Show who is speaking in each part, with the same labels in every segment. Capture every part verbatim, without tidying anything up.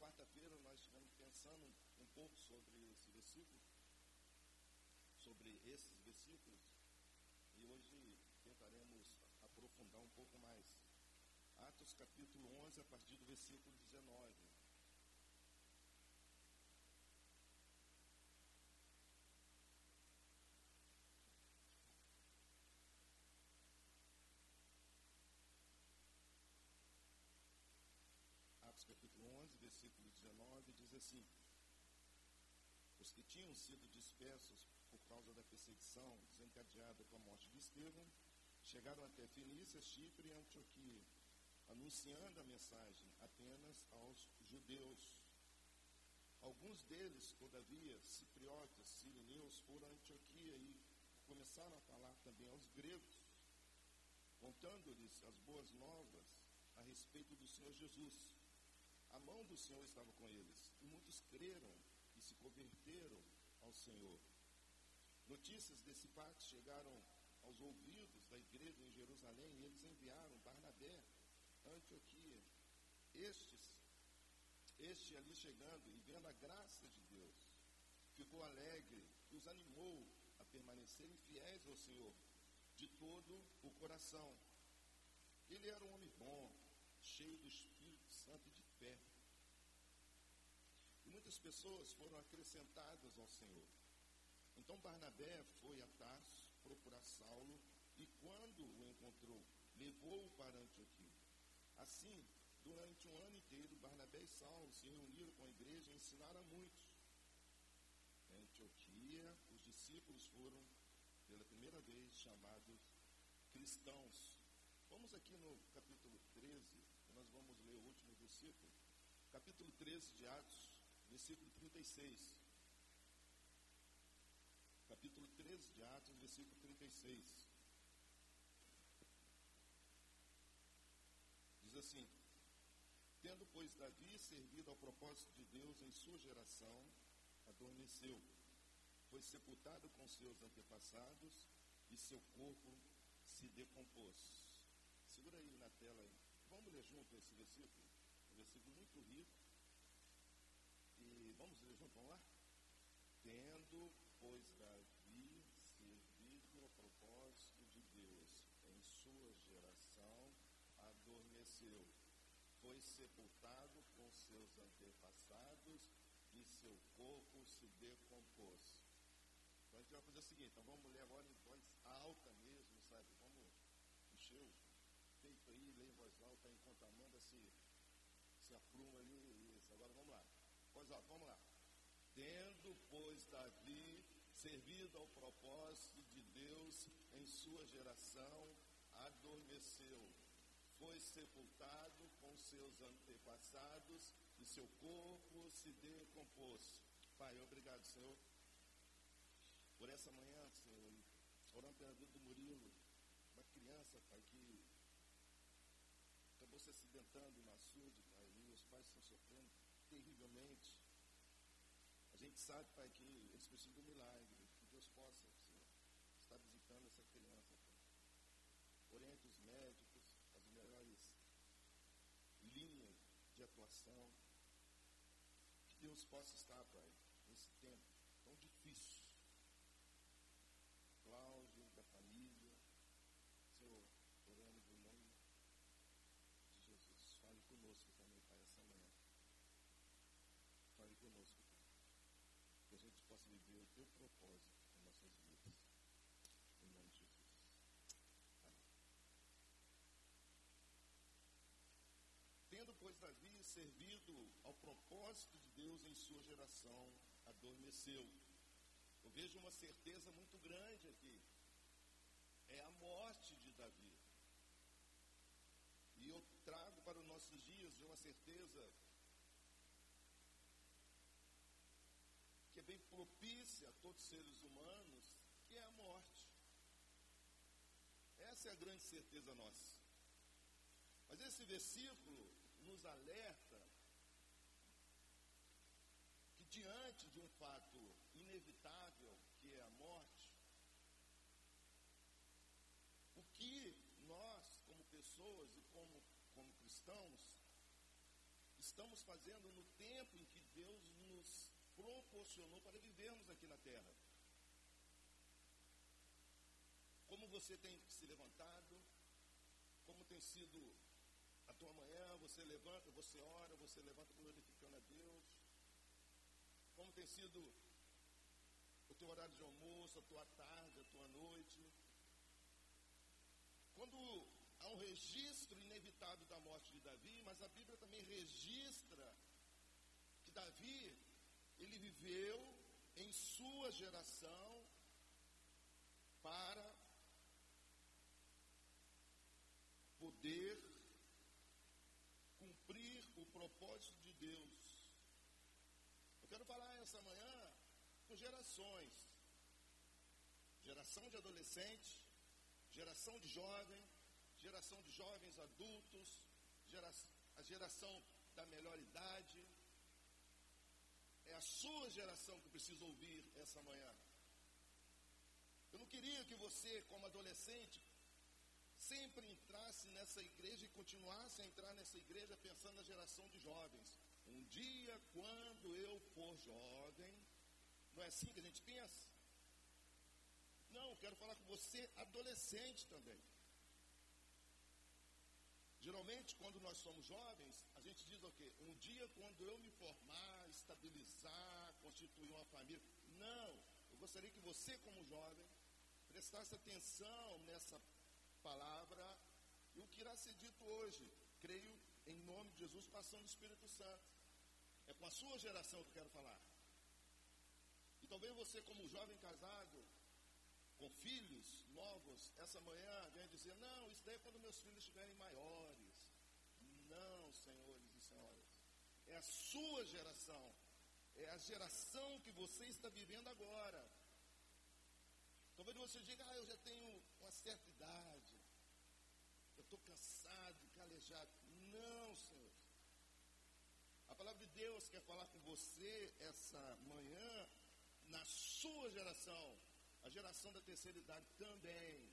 Speaker 1: quarta-feira nós estivemos pensando um pouco sobre esse versículo, sobre esses versículos, e hoje tentaremos aprofundar um pouco mais. Atos capítulo onze, a partir do versículo dezenove. Atos capítulo onze, versículo dezenove, diz assim: os que tinham sido dispersos por causa da perseguição desencadeada com a morte de Estevão, chegaram até Fenícia, Chipre e Antioquia, anunciando a mensagem apenas aos judeus. Alguns deles, todavia, cipriotas, sirineus, foram a Antioquia e começaram a falar também aos gregos, contando-lhes as boas novas a respeito do Senhor Jesus. A mão do Senhor estava com eles, e muitos creram e se converteram ao Senhor. Notícias desse fato chegaram aos ouvidos da igreja em Jerusalém, e eles enviaram Barnabé a Antioquia. Estes, este ali chegando e vendo a graça de Deus, ficou alegre e os animou a permanecerem fiéis ao Senhor de todo o coração. Ele era um homem bom, cheio do Espírito Santo e de fé. E muitas pessoas foram acrescentadas ao Senhor. Então Barnabé foi a Tarso procurar Saulo, e quando o encontrou, levou-o para Antioquia. Assim, durante um ano inteiro, Barnabé e Saulo se reuniram com a igreja e ensinaram a muitos. Em Antioquia, os discípulos foram, pela primeira vez, chamados cristãos. Vamos aqui no capítulo treze, nós vamos ler o último versículo. Capítulo treze de Atos, versículo trinta e seis. Capítulo treze de Atos, versículo trinta e seis. Diz assim: tendo, pois, Davi servido ao propósito de Deus em sua geração, adormeceu, foi sepultado com seus antepassados, e seu corpo se decompôs. Segura aí na tela aí. Vamos ler junto esse versículo? Um versículo muito rico. E vamos ler junto, vamos lá? Tendo, pois, Davi servido ao propósito de Deus em sua geração, adormeceu, foi sepultado com seus antepassados, e seu corpo se decompôs. Então a gente vai fazer o seguinte, então vamos ler agora em voz alta mesmo, sabe? Vamos encher o peito aí, ler em voz alta, enquanto a Amanda se, se apruma ali. Isso, agora vamos lá. Voz alta, vamos lá. Tendo, pois, Davi servido ao propósito de Deus em sua geração, adormeceu, foi sepultado com seus antepassados, e seu corpo se decompôs. Pai, obrigado, Senhor, por essa manhã, Senhor, orando pela vida do Murilo, uma criança, Pai, que acabou se acidentando no açude, Pai, e os pais estão sofrendo terrivelmente. A gente sabe, Pai, que eles precisam de um milagre, que Deus possa, Senhor, estar visitando essa criança, Pai. Oriente os médicos, as melhores linhas de atuação, que Deus possa estar, Pai, nesse tempo tão difícil. Cláudio, da família, Senhor, oramos em nome de Jesus. Fale conosco também, Pai, essa manhã. Fale conosco, Pai, que a gente possa viver o teu propósito em nossas vidas. Em nome de Jesus. Amém. Tendo, pois, Davi servido ao propósito de Deus em sua geração, adormeceu. Eu vejo uma certeza muito grande aqui. É a morte de Davi. E eu trago para os nossos dias de uma certeza que é bem propícia a todos os seres humanos, que é a morte. Essa é a grande certeza nossa. Mas esse versículo nos alerta que diante de um fato inevitável, que é a morte, o que nós, como pessoas e como, como cristãos, estamos fazendo no tempo em que Deus nos proporcionou para vivermos aqui na terra. Como você tem se levantado, como tem sido a tua manhã, você levanta, você ora, você levanta glorificando a Deus. Como tem sido o teu horário de almoço, a tua tarde, a tua noite. Quando há um registro inevitável da morte de Davi, mas a Bíblia também registra que Davi, ele viveu em sua geração para poder cumprir o propósito de Deus. Eu quero falar essa manhã com gerações. Geração de adolescente, geração de jovem, geração de jovens adultos, gera, a geração da melhor idade. É a sua geração que precisa ouvir essa manhã. Eu não queria que você, como adolescente, sempre entrasse nessa igreja e continuasse a entrar nessa igreja pensando na geração de jovens. Um dia, quando eu for jovem, não é assim que a gente pensa? Não, eu quero falar com você, adolescente também. Geralmente, quando nós somos jovens, a gente diz o quê? Um dia, quando eu me formar, estabilizar, constituir uma família. Não, eu gostaria que você, como jovem, prestasse atenção nessa palavra e o que irá ser dito hoje. Creio, em nome de Jesus, passando o Espírito Santo. É com a sua geração que eu quero falar. E talvez você, como jovem casado, com filhos novos, essa manhã venha dizer, não, isso daí é quando meus filhos estiverem maiores. Não, senhores e senhoras. É a sua geração. É a geração que você está vivendo agora. Talvez você diga, ah, eu já tenho uma certa idade. Eu estou cansado, calejado. Não, senhor. A palavra de Deus quer falar com você essa manhã, na sua geração. A geração da terceira idade também.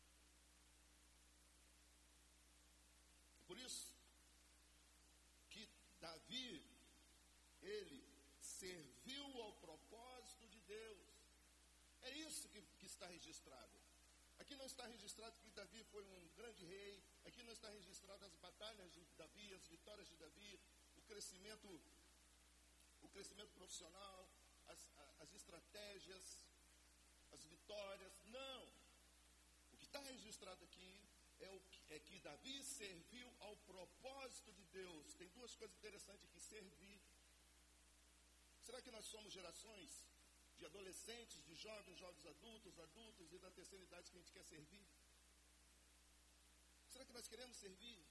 Speaker 1: Por isso que Davi, ele serviu ao propósito de Deus. É isso que, que está registrado. Aqui não está registrado que Davi foi um grande rei. Aqui não está registrado as batalhas de Davi, as vitórias de Davi, o crescimento, o crescimento profissional, as, as estratégias, as vitórias. Não. O que está registrado aqui é, o que, é que Davi serviu ao propósito de Deus. Tem duas coisas interessantes aqui. Servir. Será que nós somos gerações de adolescentes, de jovens, jovens adultos, adultos e da terceira idade que a gente quer servir? Será que nós queremos servir?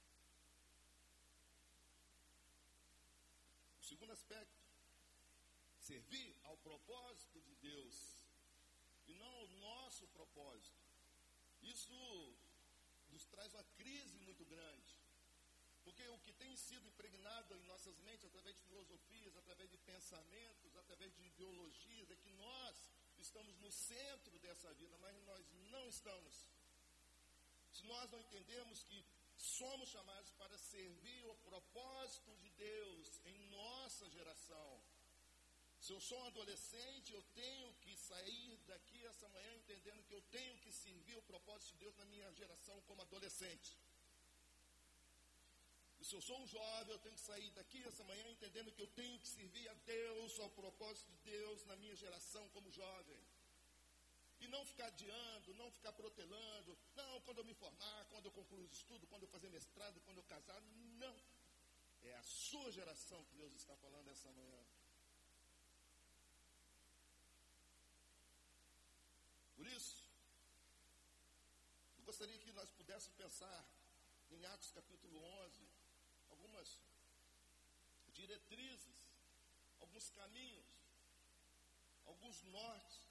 Speaker 1: O segundo aspecto, servir ao propósito de Deus e não ao nosso propósito. Isso nos traz uma crise muito grande. Porque o que tem sido impregnado em nossas mentes, através de filosofias, através de pensamentos, através de ideologias, é que nós estamos no centro dessa vida, mas nós não estamos. Se nós não entendemos que somos chamados para servir o propósito de Deus em nossa geração. Se eu sou um adolescente, eu tenho que sair daqui essa manhã entendendo que eu tenho que servir o propósito de Deus na minha geração como adolescente. E se eu sou um jovem, eu tenho que sair daqui essa manhã entendendo que eu tenho que servir a Deus, ao propósito de Deus na minha geração como jovem. E não ficar adiando, não ficar protelando. Não, quando eu me formar, quando eu concluir os estudos, quando eu fazer mestrado, quando eu casar. Não. É a sua geração que Deus está falando essa manhã. Por isso, eu gostaria que nós pudéssemos pensar em Atos capítulo onze, algumas diretrizes, alguns caminhos, alguns nortes.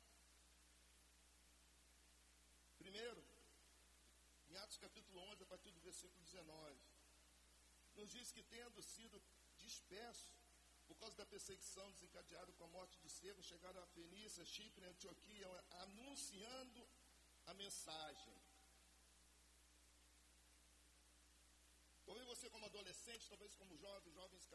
Speaker 1: Primeiro, em Atos capítulo onze, a partir do versículo dezenove, nos diz que tendo sido dispersos por causa da perseguição desencadeada com a morte de Estevão, chegaram a Fenícia, Chipre e Antioquia, anunciando a mensagem. Talvez você como adolescente, talvez como jovem, jovens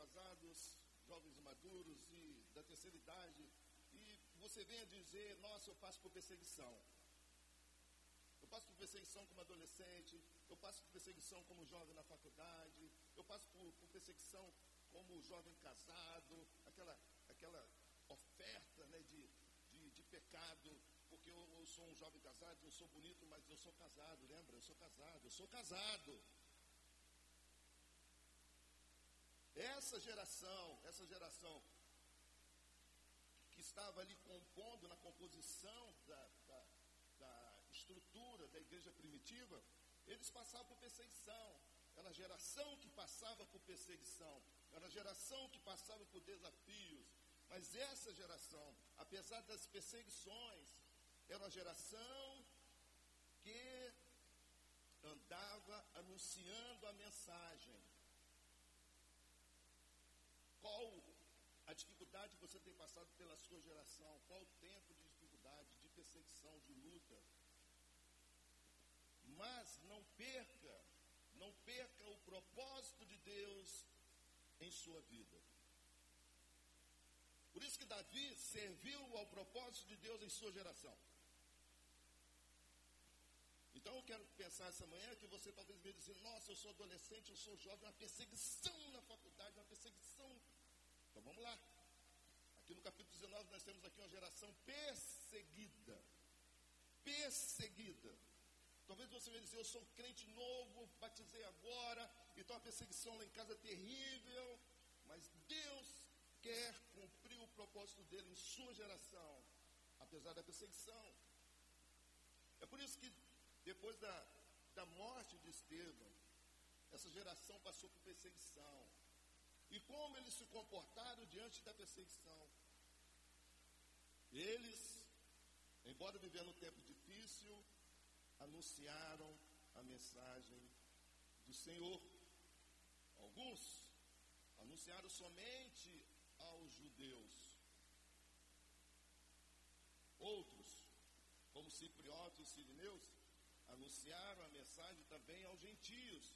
Speaker 1: jovens maduros e da terceira idade, e você venha dizer, nossa, eu passo por perseguição. Eu passo por perseguição como adolescente, eu passo por perseguição como jovem na faculdade, eu passo por, por perseguição como jovem casado, aquela, aquela oferta, né, de, de, de pecado, porque eu, eu sou um jovem casado, eu sou bonito, mas eu sou casado, lembra? Eu sou casado, eu sou casado. Essa geração, essa geração que estava ali compondo na composição da, da, da estrutura da igreja primitiva, eles passavam por perseguição. Era a geração que passava por perseguição, era a geração que passava por desafios. Mas essa geração, apesar das perseguições, era uma geração que andava anunciando a mensagem. Qual a dificuldade que você tem passado pela sua geração? Qual o tempo de dificuldade, de perseguição, de luta? Mas não perca, não perca o propósito de Deus em sua vida. Por isso que Davi serviu ao propósito de Deus em sua geração. Então eu quero pensar essa manhã que você talvez venha dizer, nossa, eu sou adolescente, eu sou jovem, uma perseguição na faculdade, uma perseguição. Então vamos lá. Aqui no capítulo dezenove nós temos aqui uma geração perseguida. Perseguida. Talvez você venha dizer, eu sou um crente novo, batizei agora, então a perseguição lá em casa é terrível. Mas Deus quer cumprir o propósito dele em sua geração, apesar da perseguição. É por isso que depois da, da morte de Estevão, essa geração passou por perseguição. E como eles se comportaram diante da perseguição? Eles, embora vivendo um tempo difícil, anunciaram a mensagem do Senhor. Alguns anunciaram somente aos judeus. Outros, como Cipriota e Sirineus, anunciaram a mensagem também aos gentios.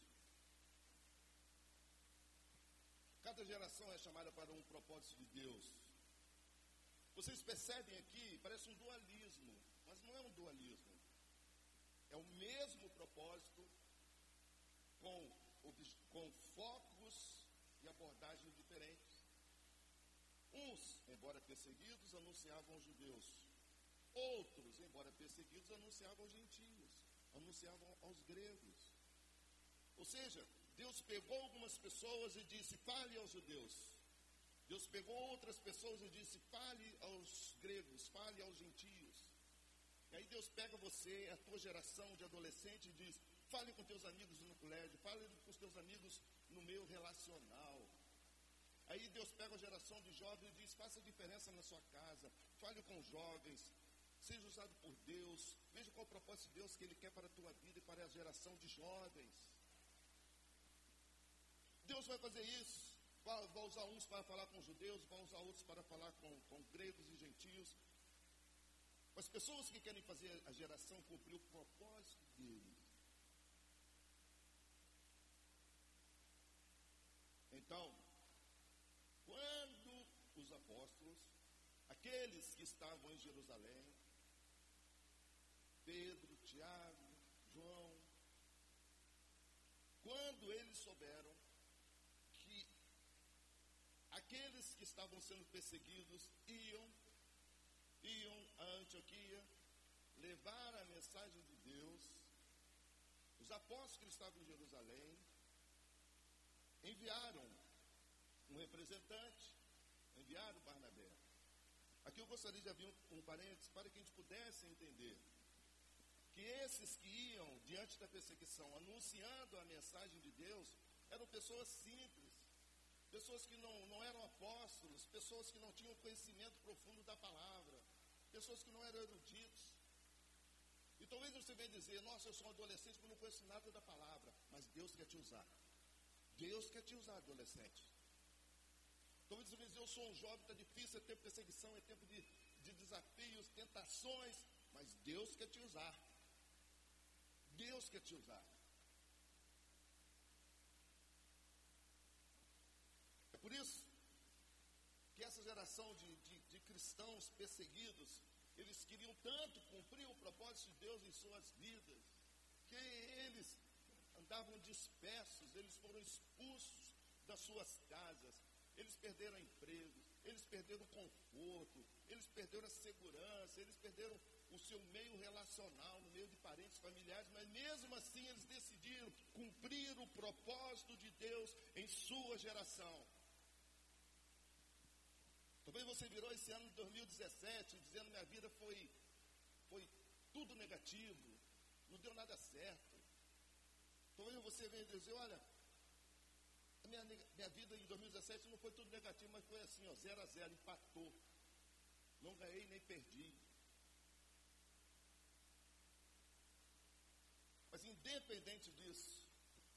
Speaker 1: Cada geração é chamada para um propósito de Deus. Vocês percebem aqui, parece um dualismo, mas não é um dualismo. É o mesmo propósito com, com focos e abordagens diferentes. Uns, embora perseguidos, anunciavam aos judeus. Outros, embora perseguidos, anunciavam aos gentios, anunciavam aos gregos. Ou seja, Deus pegou algumas pessoas e disse, fale aos judeus. Deus pegou outras pessoas e disse, fale aos gregos, fale aos gentios. E aí Deus pega você, a tua geração de adolescente, e diz, fale com teus amigos no colégio, fale com os teus amigos no meio relacional. Aí Deus pega a geração de jovens e diz, faça diferença na sua casa, fale com os jovens, seja usado por Deus, veja qual é o propósito de Deus que Ele quer para a tua vida e para a geração de jovens. Deus vai fazer isso, vai, vai usar uns para falar com os judeus, vai usar outros para falar com, com gregos e gentios. As pessoas que querem fazer a geração cumprir o propósito deles. Então, quando os apóstolos, aqueles que estavam em Jerusalém, Pedro, Tiago, João, quando eles souberam que aqueles que estavam sendo perseguidos iam, iam a Antioquia, levar a mensagem de Deus, os apóstolos que estavam em Jerusalém, enviaram um representante, enviaram Barnabé. Aqui eu gostaria de abrir um, um parênteses para que a gente pudesse entender que esses que iam diante da perseguição, anunciando a mensagem de Deus, eram pessoas simples, pessoas que não, não eram apóstolos, pessoas que não tinham conhecimento profundo da palavra, pessoas que não eram eruditos. E talvez você venha dizer, nossa, eu sou um adolescente que não conheço nada da palavra, mas Deus quer te usar. Deus quer te usar, adolescente. Talvez você venha dizer, eu sou um jovem, está difícil, é tempo de perseguição, é tempo de, de desafios, tentações, mas Deus quer te usar. Deus quer te usar. É por isso geração de, de, de cristãos perseguidos, eles queriam tanto cumprir o propósito de Deus em suas vidas, que eles andavam dispersos, eles foram expulsos das suas casas, eles perderam emprego, eles perderam o conforto, eles perderam a segurança, eles perderam o seu meio relacional, no meio de parentes, familiares, mas mesmo assim eles decidiram cumprir o propósito de Deus em sua geração. Talvez você virou esse ano de dois mil e dezessete dizendo: minha vida foi, foi tudo negativo, não deu nada certo. Talvez você venha dizer: olha, a minha, minha vida em dois mil e dezessete não foi tudo negativo, mas foi assim, ó, zero a zero, empatou. Não ganhei nem perdi. Mas independente disso,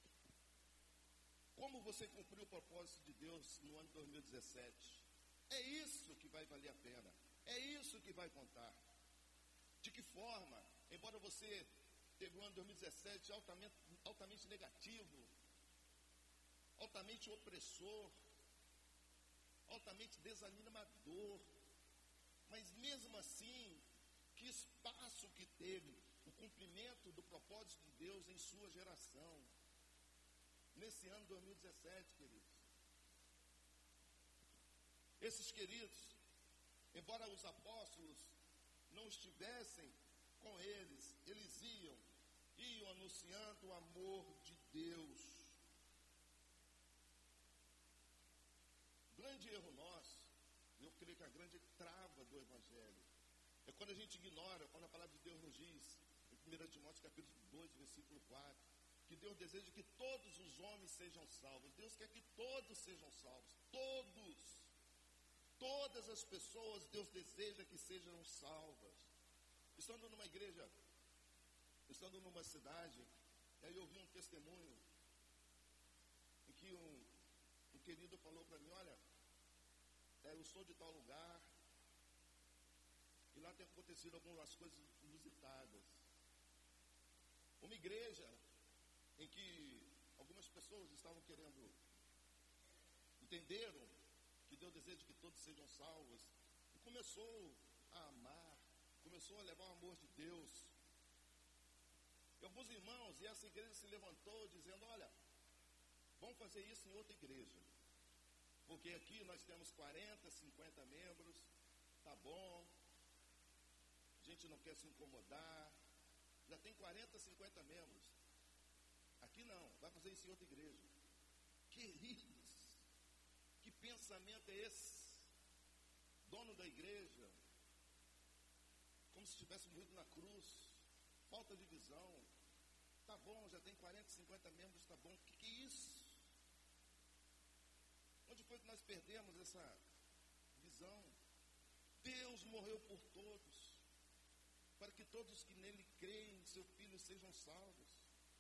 Speaker 1: como você cumpriu o propósito de Deus no ano de dois mil e dezessete? É isso que vai valer a pena. É isso que vai contar. De que forma, embora você teve um ano de dois mil e dezessete altamente, altamente negativo, altamente opressor, altamente desanimador, mas mesmo assim, que espaço que teve o cumprimento do propósito de Deus em sua geração, nesse ano de dois mil e dezessete, queridos. Esses queridos, embora os apóstolos não estivessem com eles, eles iam, iam anunciando o amor de Deus. Grande erro nosso, eu creio que a grande trava do Evangelho, é quando a gente ignora, quando a palavra de Deus nos diz, em primeiro Timóteo capítulo dois, versículo quatro, que Deus deseja que todos os homens sejam salvos. Deus quer que todos sejam salvos, todos. Todas as pessoas, Deus deseja que sejam salvas. Estando numa igreja, estando numa cidade, aí eu ouvi um testemunho em que um, um querido falou para mim: olha, é, eu sou de tal lugar, e lá tem acontecido algumas coisas inusitadas. Uma igreja em que algumas pessoas estavam querendo, entenderam que Deus deseja que todos sejam salvos, e começou a amar, começou a levar o amor de Deus. E alguns irmãos, e essa igreja se levantou dizendo: olha, vamos fazer isso em outra igreja, porque aqui nós temos quarenta, cinquenta membros, tá bom, a gente não quer se incomodar, já tem quarenta, cinquenta membros, aqui não, vai fazer isso em outra igreja. Queridos, que pensamento é esse? Dono da igreja, como se tivesse morrido na cruz, falta de visão. Tá bom, já tem quarenta, cinquenta membros, tá bom, o que, que é isso? Onde foi que nós perdemos essa visão? Deus morreu por todos, para que todos que nele creem, seu filho, sejam salvos.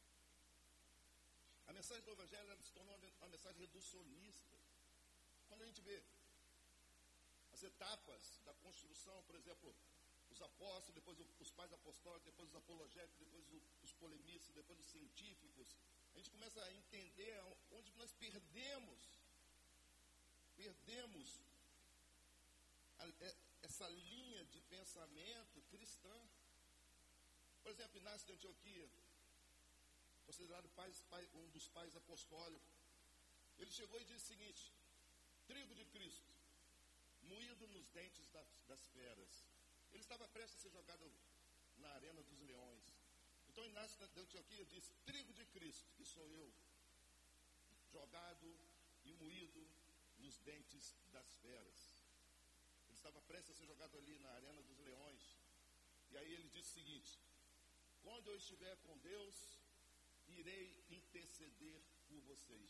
Speaker 1: A mensagem do Evangelho ela se tornou uma mensagem reducionista. Quando a gente vê as etapas da construção, por exemplo, os apóstolos, depois os pais apostólicos, depois os apologéticos, depois os polemistas, depois os científicos, a gente começa a entender onde nós perdemos, perdemos a, essa linha de pensamento cristã. Por exemplo, Inácio de Antioquia, considerado pais, pai, um dos pais apostólicos, ele chegou e disse o seguinte: trigo de Cristo, moído nos dentes das, das feras. Ele estava prestes a ser jogado na arena dos leões. Então Inácio de Antioquia disse: trigo de Cristo, que sou eu, jogado e moído nos dentes das feras. Ele estava prestes a ser jogado ali na arena dos leões. E aí ele disse o seguinte: quando eu estiver com Deus, irei interceder por vocês.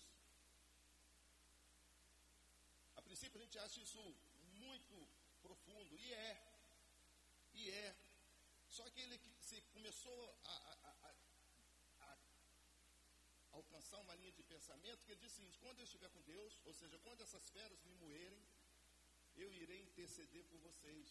Speaker 1: A princípio a gente acha isso muito profundo, e é, e é. Só que ele se começou a, a, a, a alcançar uma linha de pensamento que ele diz o seguinte: quando eu estiver com Deus, ou seja, quando essas feras me moerem, eu irei interceder por vocês.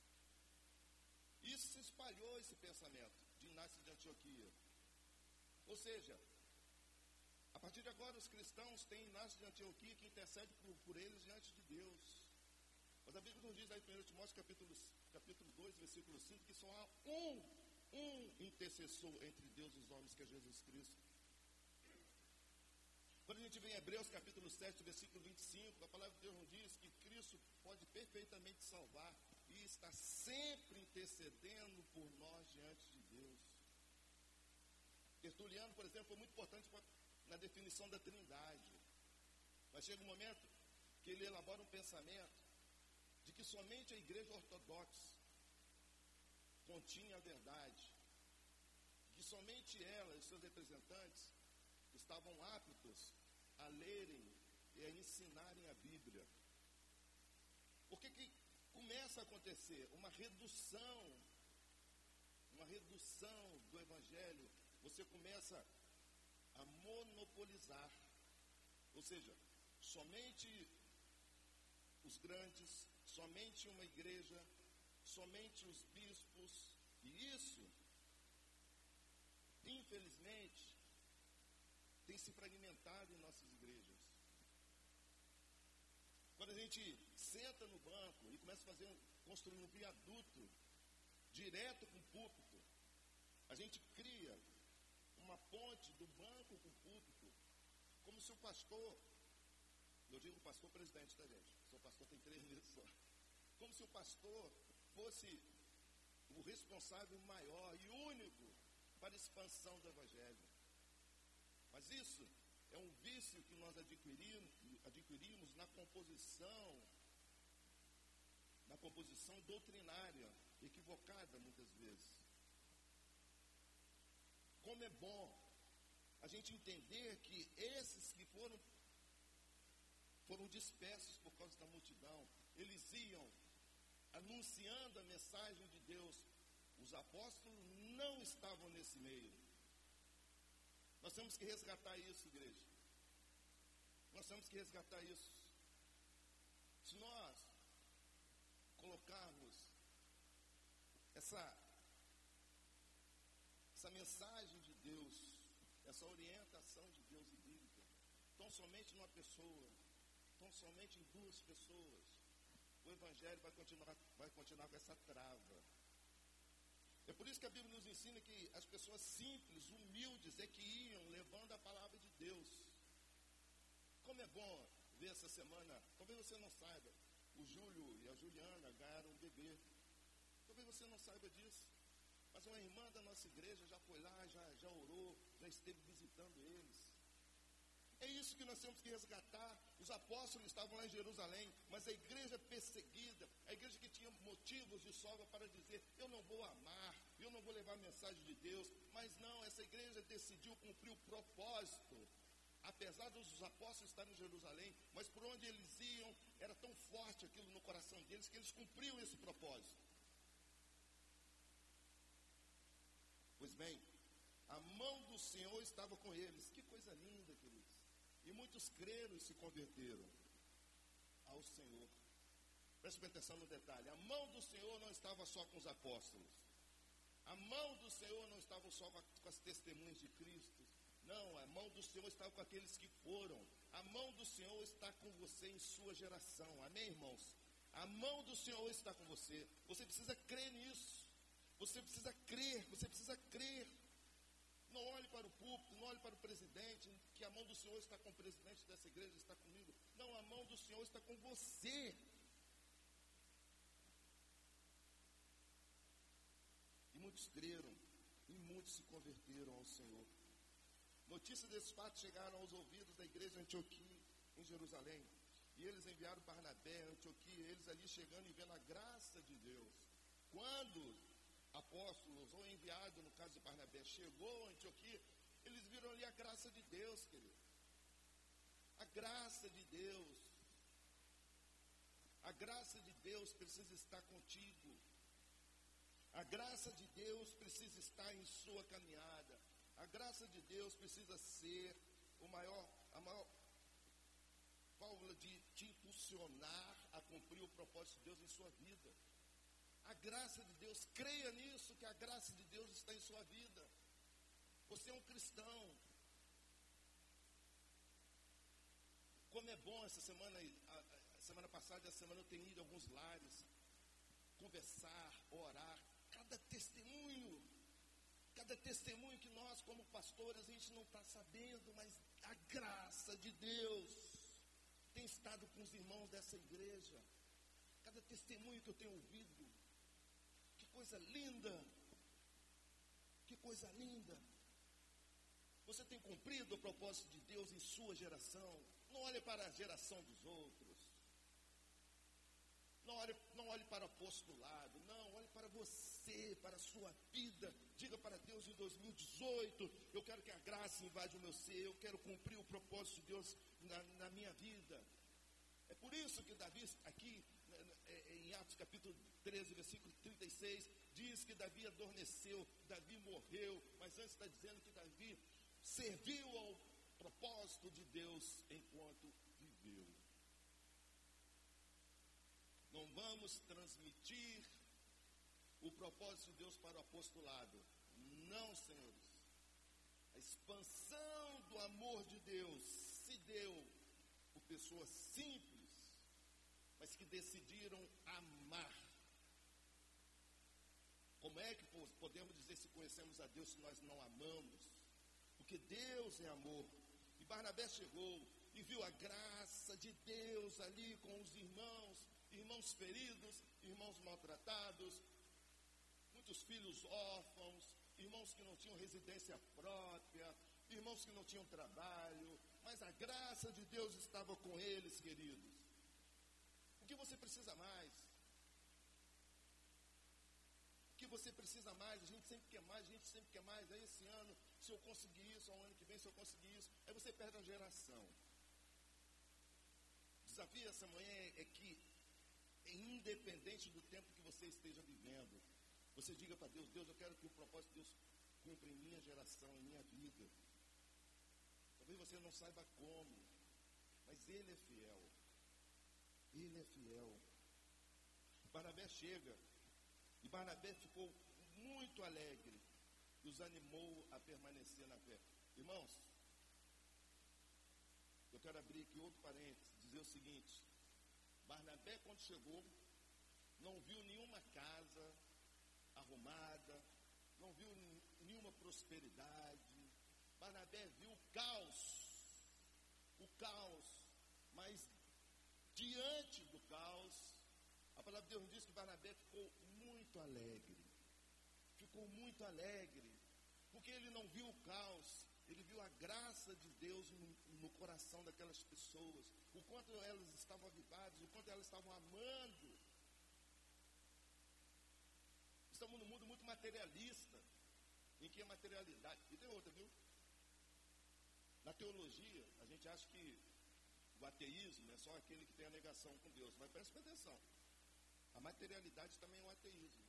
Speaker 1: Isso se espalhou, esse pensamento de Inácio de Antioquia. Ou seja, a partir de agora os cristãos têm Inácio de Antioquia que intercede por, por eles diante de Deus. Mas a Bíblia nos diz aí em primeiro Timóteo capítulo, capítulo dois, versículo cinco, que só há um, um intercessor entre Deus e os homens, que é Jesus Cristo. Quando a gente vem em Hebreus capítulo sete, versículo vinte e cinco, a palavra de Deus nos diz que Cristo pode perfeitamente salvar e está sempre intercedendo por nós diante de Deus. Tertuliano, por exemplo, foi muito importante na definição da Trindade. Mas chega um momento que ele elabora um pensamento de que somente a igreja ortodoxa continha a verdade, que somente ela e seus representantes estavam aptos a lerem e a ensinarem a Bíblia. Por que que começa a acontecer uma redução, uma redução do Evangelho? Você começa a monopolizar, ou seja, somente os grandes, somente uma igreja, somente os bispos, e isso, infelizmente, tem se fragmentado em nossas igrejas. Quando a gente senta no banco e começa a fazer, construir um viaduto direto com o púlpito, a gente cria uma ponte do banco com o púlpito, como se o pastor, eu digo pastor presidente, tá, gente? O pastor tem três vezes só. Como se o pastor fosse o responsável maior e único para a expansão do Evangelho. Mas isso é um vício que nós adquirimos, adquirimos na composição, na composição doutrinária, equivocada muitas vezes. Como é bom a gente entender que esses que foram, foram dispersos por causa da multidão, eles iam anunciando a mensagem de Deus. Os apóstolos não estavam nesse meio. Nós temos que resgatar isso, igreja. Nós temos que resgatar isso. Se nós colocarmos essa, essa mensagem de Deus, essa orientação de Deus e bíblica, tão somente numa pessoa, tão somente em duas pessoas, o Evangelho vai continuar, vai continuar com essa trava. É por isso que a Bíblia nos ensina que as pessoas simples, humildes, é que iam levando a palavra de Deus. Como é bom ver essa semana, talvez você não saiba, o Júlio e a Juliana ganharam um bebê. Talvez você não saiba disso, mas uma irmã da nossa igreja já foi lá, já, já orou, já esteve visitando eles. É isso que nós temos que resgatar. Os apóstolos estavam lá em Jerusalém, mas a igreja perseguida, a igreja que tinha motivos de sobra para dizer, eu não vou amar, eu não vou levar a mensagem de Deus, mas não, essa igreja decidiu cumprir o propósito. Apesar dos apóstolos estarem em Jerusalém, mas por onde eles iam, era tão forte aquilo no coração deles, que eles cumpriam esse propósito. Pois bem, a mão do Senhor estava com eles. Que coisa linda, queridos. E muitos creram e se converteram ao Senhor. Preste atenção no detalhe. A mão do Senhor não estava só com os apóstolos. A mão do Senhor não estava só com, a, com as testemunhas de Cristo. Não, a mão do Senhor estava com aqueles que foram. A mão do Senhor está com você em sua geração. Amém, irmãos? A mão do Senhor está com você. Você precisa crer nisso. Você precisa crer, você precisa crer. Não olhe para o púlpito, não olhe para o presidente, que a mão do Senhor está com o presidente dessa igreja, está comigo. Não, a mão do Senhor está com você. E muitos creram, e muitos se converteram ao Senhor. Notícias desses fatos chegaram aos ouvidos da igreja de Antioquia, em Jerusalém. E eles enviaram Barnabé a Antioquia, eles ali chegando e vendo a graça de Deus. Quando apóstolos, ou enviado, no caso de Barnabé, chegou a Antioquia, eles viram ali a graça de Deus, querido. A graça de Deus. A graça de Deus precisa estar contigo. A graça de Deus precisa estar em sua caminhada. A graça de Deus precisa ser o maior, a maior válvula de te impulsionar a cumprir o propósito de Deus em sua vida. A graça de Deus, creia nisso, que a graça de Deus está em sua vida. Você é um cristão. Como é bom essa semana, semana passada e a semana eu tenho ido a alguns lares, conversar, orar, cada testemunho, cada testemunho que nós como pastores a gente não está sabendo, mas a graça de Deus tem estado com os irmãos dessa igreja, cada testemunho que eu tenho ouvido, que coisa linda, que coisa linda. Você tem cumprido o propósito de Deus em sua geração. Não olhe para a geração dos outros. Não olhe, não olhe para o apostolado. Não, olhe para você, para a sua vida. Diga para Deus em dois mil e dezoito, eu quero que a graça invade o meu ser. Eu quero cumprir o propósito de Deus na, na minha vida. É por isso que Davi, aqui em Atos capítulo treze, versículo trinta e seis, diz que Davi adormeceu, Davi morreu. Mas antes está dizendo que Davi serviu ao propósito de Deus enquanto viveu. Não vamos transmitir o propósito de Deus para o apostolado. Não, senhores. A expansão do amor de Deus se deu por pessoas simples, mas que decidiram amar. Como é que podemos dizer se conhecemos a Deus se nós não amamos? Porque Deus é amor. E Barnabé chegou e viu a graça de Deus ali com os irmãos, irmãos feridos, irmãos maltratados, muitos filhos órfãos, irmãos que não tinham residência própria, irmãos que não tinham trabalho, mas a graça de Deus estava com eles, queridos. O que você precisa mais? O que você precisa mais? A gente sempre quer mais, a gente sempre quer mais. Aí esse ano, se eu conseguir isso, ao ano que vem, se eu conseguir isso, aí você perde a geração. O desafio essa manhã é, é que, independente do tempo que você esteja vivendo, você diga para Deus: Deus, eu quero que o propósito de Deus cumpra em minha geração, em minha vida. Talvez você não saiba como, mas Ele é fiel. Ele é fiel. Barnabé chega, e Barnabé ficou muito alegre, e os animou a permanecer na fé. Irmãos, eu quero abrir aqui outro parênteses, dizer o seguinte: Barnabé, quando chegou, não viu nenhuma casa arrumada, não viu nenhuma prosperidade. Barnabé viu o caos, o caos, mas diante do caos, a palavra de Deus diz que Barnabé ficou muito alegre, ficou muito alegre, porque ele não viu o caos, ele viu a graça de Deus no, no coração daquelas pessoas, o quanto elas estavam avivadas, o quanto elas estavam amando. Estamos num mundo muito materialista, em que a materialidade, e tem outra, viu? Na teologia, a gente acha que o ateísmo é só aquele que tem a negação com Deus, mas preste atenção, a materialidade também é um ateísmo.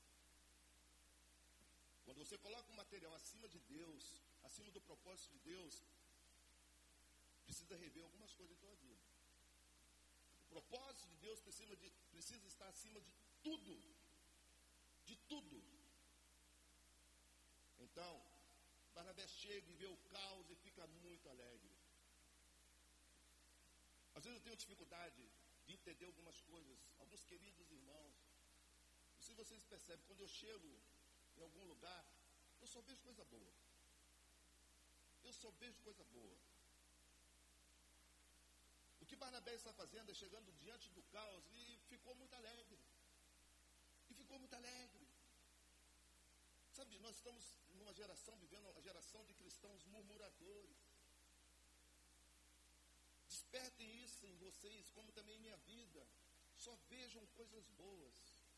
Speaker 1: Quando você coloca o material acima de Deus, acima do propósito de Deus, precisa rever algumas coisas em tua vida. O propósito de Deus precisa, de, precisa estar acima de tudo, de tudo. Então, Barnabé chega e vê o caos e fica muito alegre. Às vezes eu tenho dificuldade de entender algumas coisas, alguns queridos irmãos. Não sei se vocês percebem, quando eu chego em algum lugar, eu só vejo coisa boa. Eu só vejo coisa boa. O que Barnabé está fazendo é chegando diante do caos e ficou muito alegre. E ficou muito alegre. Sabe, nós estamos numa geração, vivendo uma geração de cristãos murmuradores. Despertem isso em vocês, como também em minha vida. Só vejam coisas boas.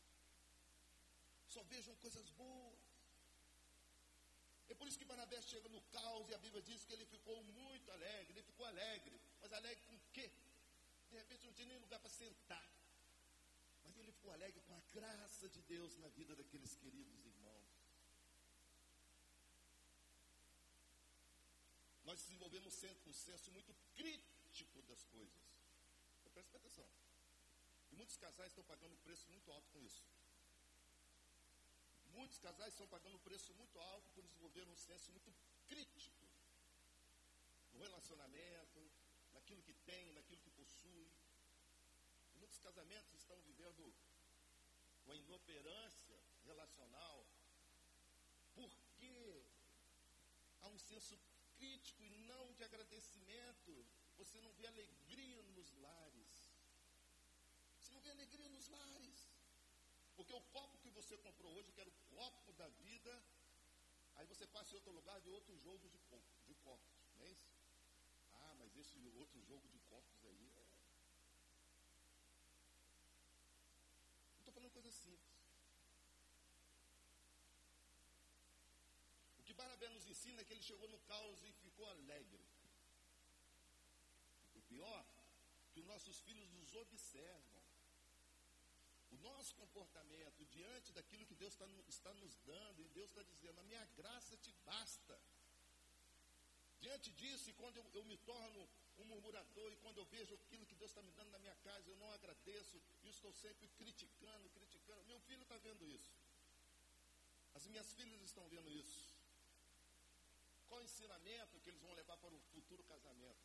Speaker 1: Só vejam coisas boas. É por isso que Barnabé chega no caos e a Bíblia diz que ele ficou muito alegre. Ele ficou alegre. Mas alegre com o quê? De repente não tinha nem lugar para sentar. Mas ele ficou alegre com a graça de Deus na vida daqueles queridos irmãos. Nós desenvolvemos um senso muito crítico das coisas. Então, presta atenção. E muitos casais estão pagando um preço muito alto com isso. Muitos casais estão pagando um preço muito alto por desenvolver um senso muito crítico no relacionamento, naquilo que tem, naquilo que possui. E muitos estão vivendo uma inoperância relacional, porque há um senso crítico e não de agradecimento. Você não vê alegria nos lares. Você não vê alegria nos lares. Porque o copo que você comprou hoje, que era o copo da vida, aí você passa em outro lugar e vê outro jogo de, de copos, não é isso? Ah, mas esse outro jogo de copos aí é... Não estou falando coisa simples. O que Barnabé nos ensina é que ele chegou no caos e ficou alegre. O pior, que os nossos filhos nos observam. O nosso comportamento diante daquilo que Deus está, está nos dando, e Deus está dizendo, a minha graça te basta. Diante disso, e quando eu, eu me torno um murmurador, e quando eu vejo aquilo que Deus está me dando na minha casa, eu não agradeço, e estou sempre criticando, criticando. Meu filho está vendo isso. As minhas filhas estão vendo isso. Qual o ensinamento que eles vão levar para o futuro casamento?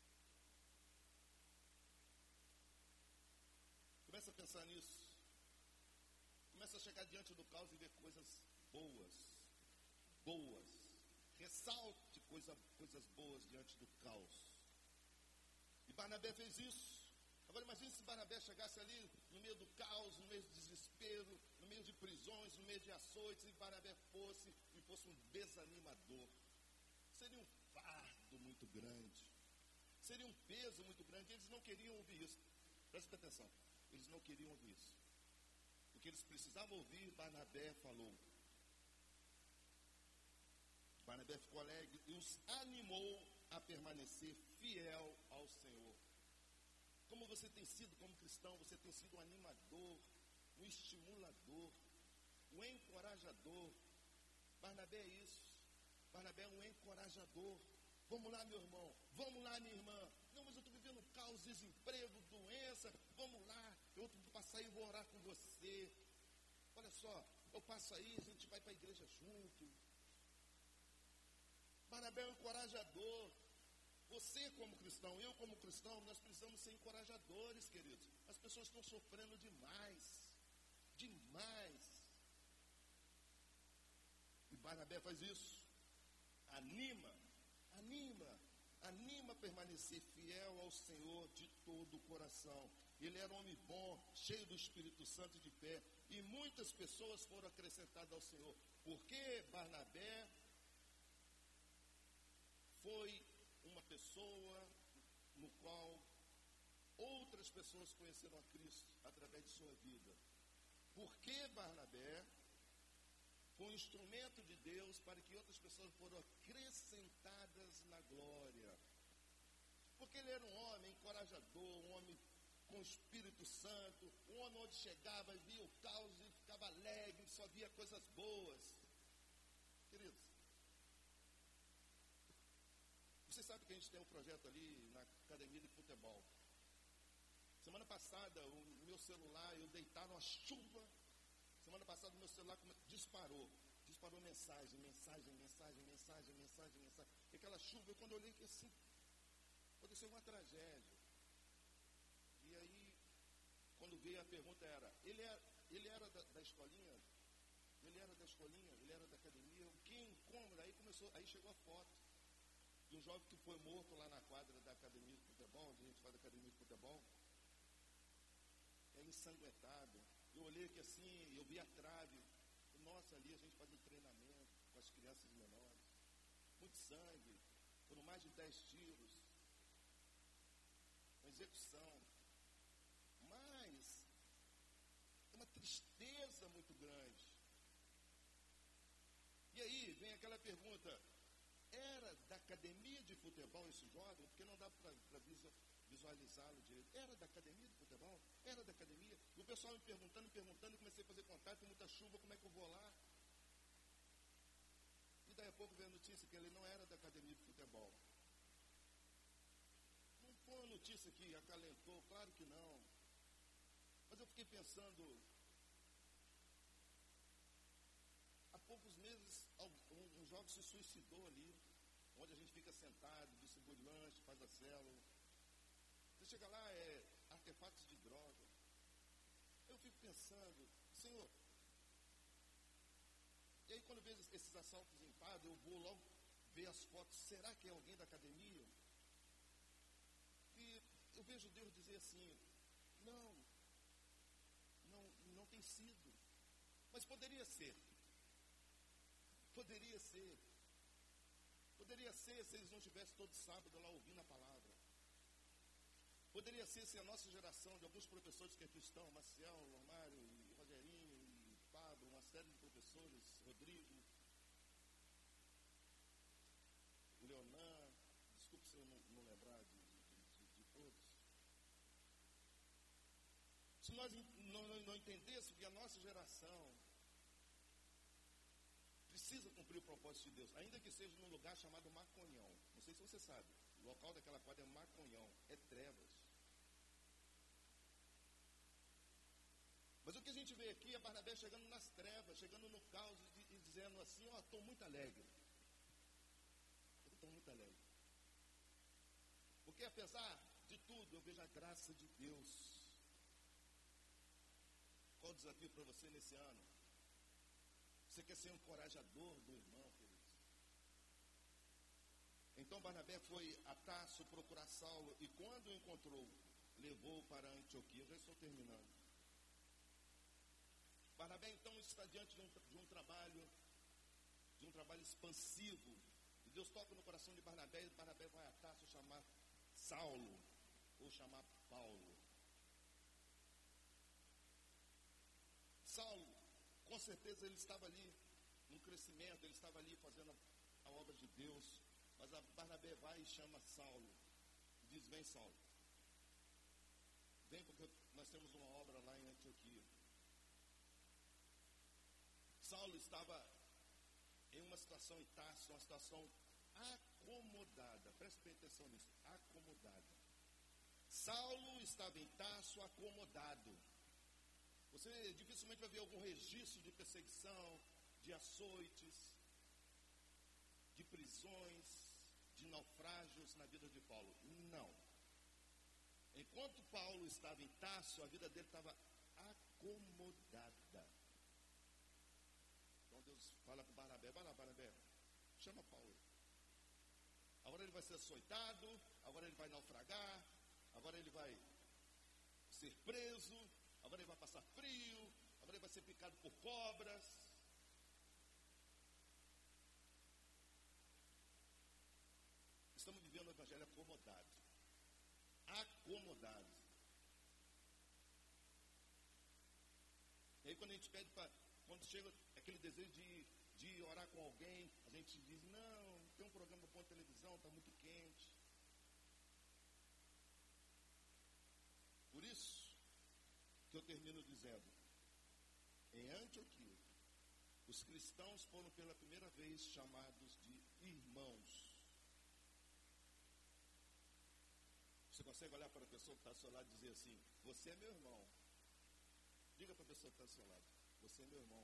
Speaker 1: Começa a pensar nisso. Começa a chegar diante do caos e ver coisas boas. Boas. Ressalte coisa, coisas boas diante do caos. E Barnabé fez isso. Agora imagine se Barnabé chegasse ali no meio do caos, no meio do desespero, no meio de prisões, no meio de açoites, e Barnabé fosse e fosse um desanimador. Seria um fardo muito grande. Seria um peso muito grande. Eles não queriam ouvir isso. Presta atenção. Eles não queriam ouvir isso. O que eles precisavam ouvir, Barnabé falou. Barnabé ficou alegre e os animou a permanecer fiel ao Senhor. Como você tem sido como cristão, você tem sido um animador, um estimulador, um encorajador. Barnabé é isso. Barnabé é um encorajador. Vamos lá, meu irmão. Vamos lá, minha irmã. Não, mas eu estou vivendo caos, desemprego, doença. Vamos lá. Eu vou passar e vou orar com você. Olha só, eu passo aí, a gente vai para a igreja junto. Barnabé é um encorajador. Você como cristão, eu como cristão, nós precisamos ser encorajadores, queridos. As pessoas estão sofrendo demais. Demais. E Barnabé faz isso. Anima, anima, anima a permanecer fiel ao Senhor de todo o coração. Ele era um homem bom, cheio do Espírito Santo e de fé. E muitas pessoas foram acrescentadas ao Senhor. Porque Barnabé foi uma pessoa no qual outras pessoas conheceram a Cristo através de sua vida. Porque Barnabé foi um instrumento de Deus para que outras pessoas foram acrescentadas na glória. Porque ele era um homem encorajador, um homem com o Espírito Santo, um homem onde chegava e via o caos e ficava alegre, só via coisas boas. Queridos, você sabe que a gente tem um projeto ali na academia de futebol. Semana passada, o meu celular, eu deitava numa chuva. Semana passada, o meu celular disparou. Disparou mensagem, mensagem, mensagem, mensagem, mensagem, mensagem. E aquela chuva, quando eu olhei que assim, aconteceu uma tragédia. E aí, quando veio a pergunta era, ele era, ele era da, da escolinha? Ele era da escolinha? Ele era da academia? Quem? Como? Aí começou, aí chegou a foto de um jovem que foi morto lá na quadra da academia de futebol, onde a gente faz academia de futebol. É ensanguentado. Eu olhei aqui assim, eu vi a trave. Nossa, ali a gente faz um treinamento com as crianças menores. Muito sangue. Foram mais de dez tiros. Uma execução. Mas é uma tristeza muito grande. E aí vem aquela pergunta: era da academia de futebol esse jovem? Porque não dá para visualizá-lo direito. Era da academia de futebol? Era da academia? E o pessoal me perguntando, me perguntando, comecei a fazer contato, tem muita chuva, como é que eu vou lá? E daí a pouco veio a notícia que ele não era da academia de futebol. Não foi uma notícia que acalentou, claro que não. Mas eu fiquei pensando, há poucos meses, um, um jovem se suicidou ali, onde a gente fica sentado, distribui lanche, faz a célula. Você chega lá, é artefatos de droga. pensando, Senhor, e aí quando eu vejo esses assaltos em padre, eu vou logo ver as fotos, será que é alguém da academia? E eu vejo Deus dizer assim, não, não, não tem sido, mas poderia ser, poderia ser, poderia ser se eles não estivessem todo sábado lá ouvindo a palavra. Poderia ser se a nossa geração, de alguns professores que aqui estão, Maciel, Romário, e Rogerinho, e Pablo, uma série de professores, Rodrigo, Leonan, desculpe se eu não, não lembrar de, de, de, de todos. Se nós não, não, não entendêssemos que a nossa geração precisa cumprir o propósito de Deus, ainda que seja num lugar chamado Maconhão. Não sei se você sabe, o local daquela quadra é Maconhão, é trevas. Mas o que a gente vê aqui é Barnabé chegando nas trevas, chegando no caos e, e dizendo assim, ó, estou muito alegre. Eu estou muito alegre. Porque apesar de tudo, eu vejo a graça de Deus. Qual o desafio para você nesse ano? Você quer ser um encorajador do irmão, querido? Então Barnabé foi a Tarso procurar Saulo e quando o encontrou, levou-o para Antioquia. Eu já estou terminando. Barnabé então está diante de um, de um trabalho, de um trabalho expansivo. E Deus toca no coração de Barnabé e Barnabé vai a Tarso chamar Saulo, ou chamar Paulo. Saulo, com certeza ele estava ali no crescimento, ele estava ali fazendo a, a obra de Deus. Mas a Barnabé vai e chama Saulo. E diz, vem Saulo. Vem porque nós temos uma obra lá em Antioquia. Saulo estava em uma situação em Tarso, uma situação acomodada. Preste bem atenção nisso, acomodada. Saulo estava em Tarso acomodado. Você dificilmente vai ver algum registro de perseguição, de açoites, de prisões, de naufrágios na vida de Paulo. Não. Enquanto Paulo estava em Tarso, a vida dele estava acomodada. Então Deus fala para Barnabé, vai lá Barnabé, chama Paulo. Agora ele vai ser açoitado, agora ele vai naufragar, agora ele vai ser preso, agora ele vai passar frio, agora ele vai ser picado por cobras. Estamos vivendo o evangelho acomodado. Acomodado. E aí quando a gente pede para, quando chega aquele desejo de, de orar com alguém, a gente diz, não, tem um programa para televisão, está muito quente. Por isso que eu termino dizendo, em Antioquia, os cristãos foram pela primeira vez chamados de irmãos. Você consegue olhar para a pessoa que está ao seu lado e dizer assim, você é meu irmão. Diga para a pessoa que está ao seu lado, você é meu irmão.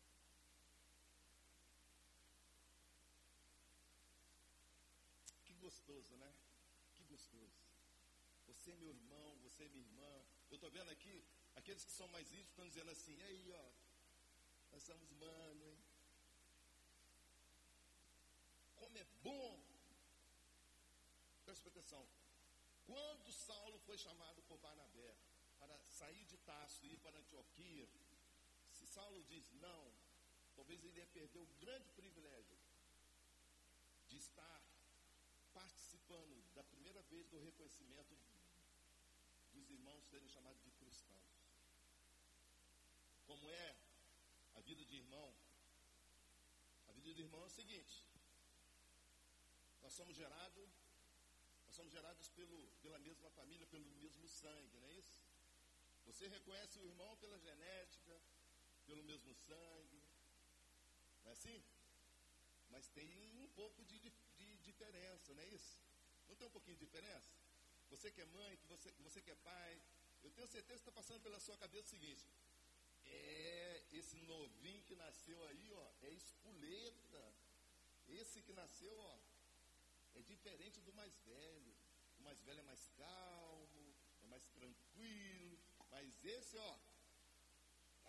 Speaker 1: Que gostoso, né? Que gostoso. Você é meu irmão, você é minha irmã. Eu estou vendo aqui, aqueles que são mais íntimos estão dizendo assim, e aí, ó, nós somos mano, hein? Como é bom. Presta atenção. Quando Saulo foi chamado por Barnabé para sair de Tarso e ir para Antioquia, se Saulo diz não, talvez ele ia perder o grande privilégio de estar participando da primeira vez do reconhecimento dos irmãos serem chamados de cristãos. Como é a vida de irmão? A vida de irmão é o seguinte, nós somos gerados Nós somos gerados pelo, pela mesma família, pelo mesmo sangue, não é isso? Você reconhece o irmão pela genética, pelo mesmo sangue, não é assim? Mas tem um pouco de, de, de diferença, não é isso? Não tem um pouquinho de diferença? Você que é mãe, que você, você que é pai, eu tenho certeza que está passando pela sua cabeça o seguinte, é, esse novinho que nasceu aí, ó, é espoleta, esse que nasceu, ó, é diferente do mais velho. O mais velho é mais calmo, é mais tranquilo. Mas esse, ó,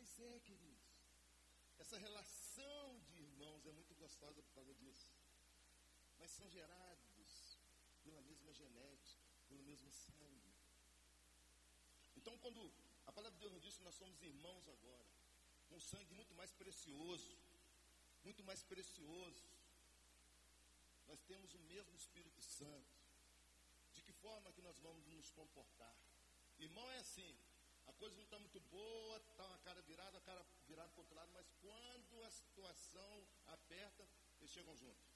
Speaker 1: Mas é, queridos, essa relação de irmãos é muito gostosa por causa disso. Mas são gerados pela mesma genética, pelo mesmo sangue. Então, quando a palavra de Deus nos diz que nós somos irmãos agora, com sangue muito mais precioso, muito mais precioso, nós temos o mesmo Espírito Santo. De que forma que nós vamos nos comportar? Irmão, é assim, a coisa não está muito boa, está uma cara virada, a cara virada para o outro lado, mas quando a situação aperta, eles chegam juntos.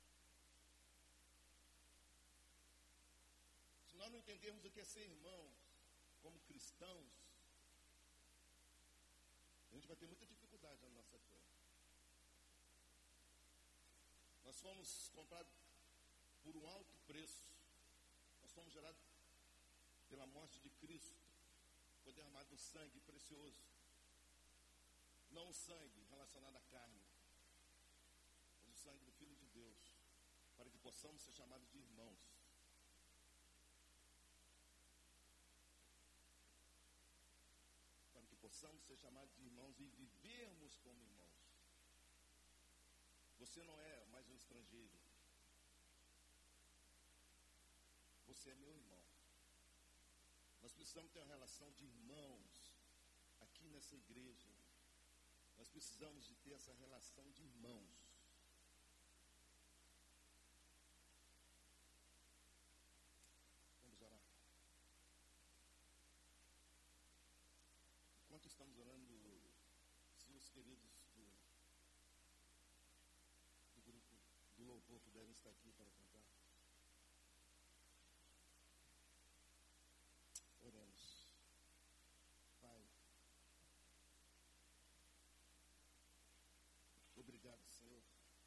Speaker 1: Se nós não entendermos o que é ser irmãos, como cristãos, a gente vai ter muita dificuldade na nossa fé. Nós fomos comprados por um alto preço. Nós fomos gerados pela morte de Cristo, foi derramado um sangue precioso. Não o sangue relacionado à carne, mas o sangue do Filho de Deus, para que possamos ser chamados de irmãos. Para que possamos ser chamados de irmãos e vivermos como irmãos. Você não é mais um estrangeiro. Você é meu irmão. Nós precisamos ter uma relação de irmãos aqui nessa igreja. Nós precisamos de ter essa relação de irmãos. Vamos orar. Enquanto estamos orando, se os queridos do, do grupo do louvor puderem estar aqui para cantar. Oremos. Pai, obrigado, Senhor.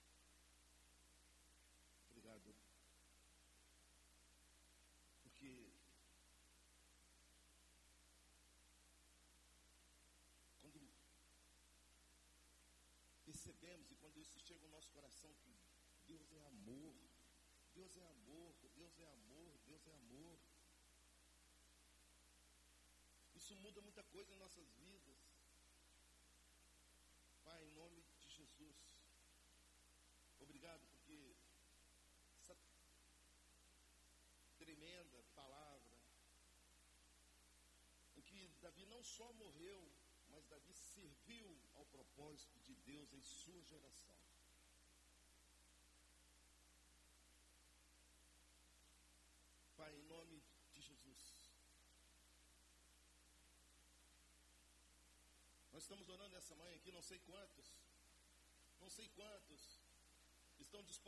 Speaker 1: Obrigado. Porque quando percebemos e quando isso chega ao nosso coração que Deus é amor, Deus é amor, Deus é amor, Deus é amor. Isso muda muita coisa em nossas vidas. Pai, em nome de Jesus, obrigado porque essa tremenda palavra, em que Davi não só morreu, mas Davi serviu ao propósito de Deus em sua geração. Pai, em nome de Jesus, nós estamos orando essa manhã aqui, não sei quantos, não sei quantos estão dispostos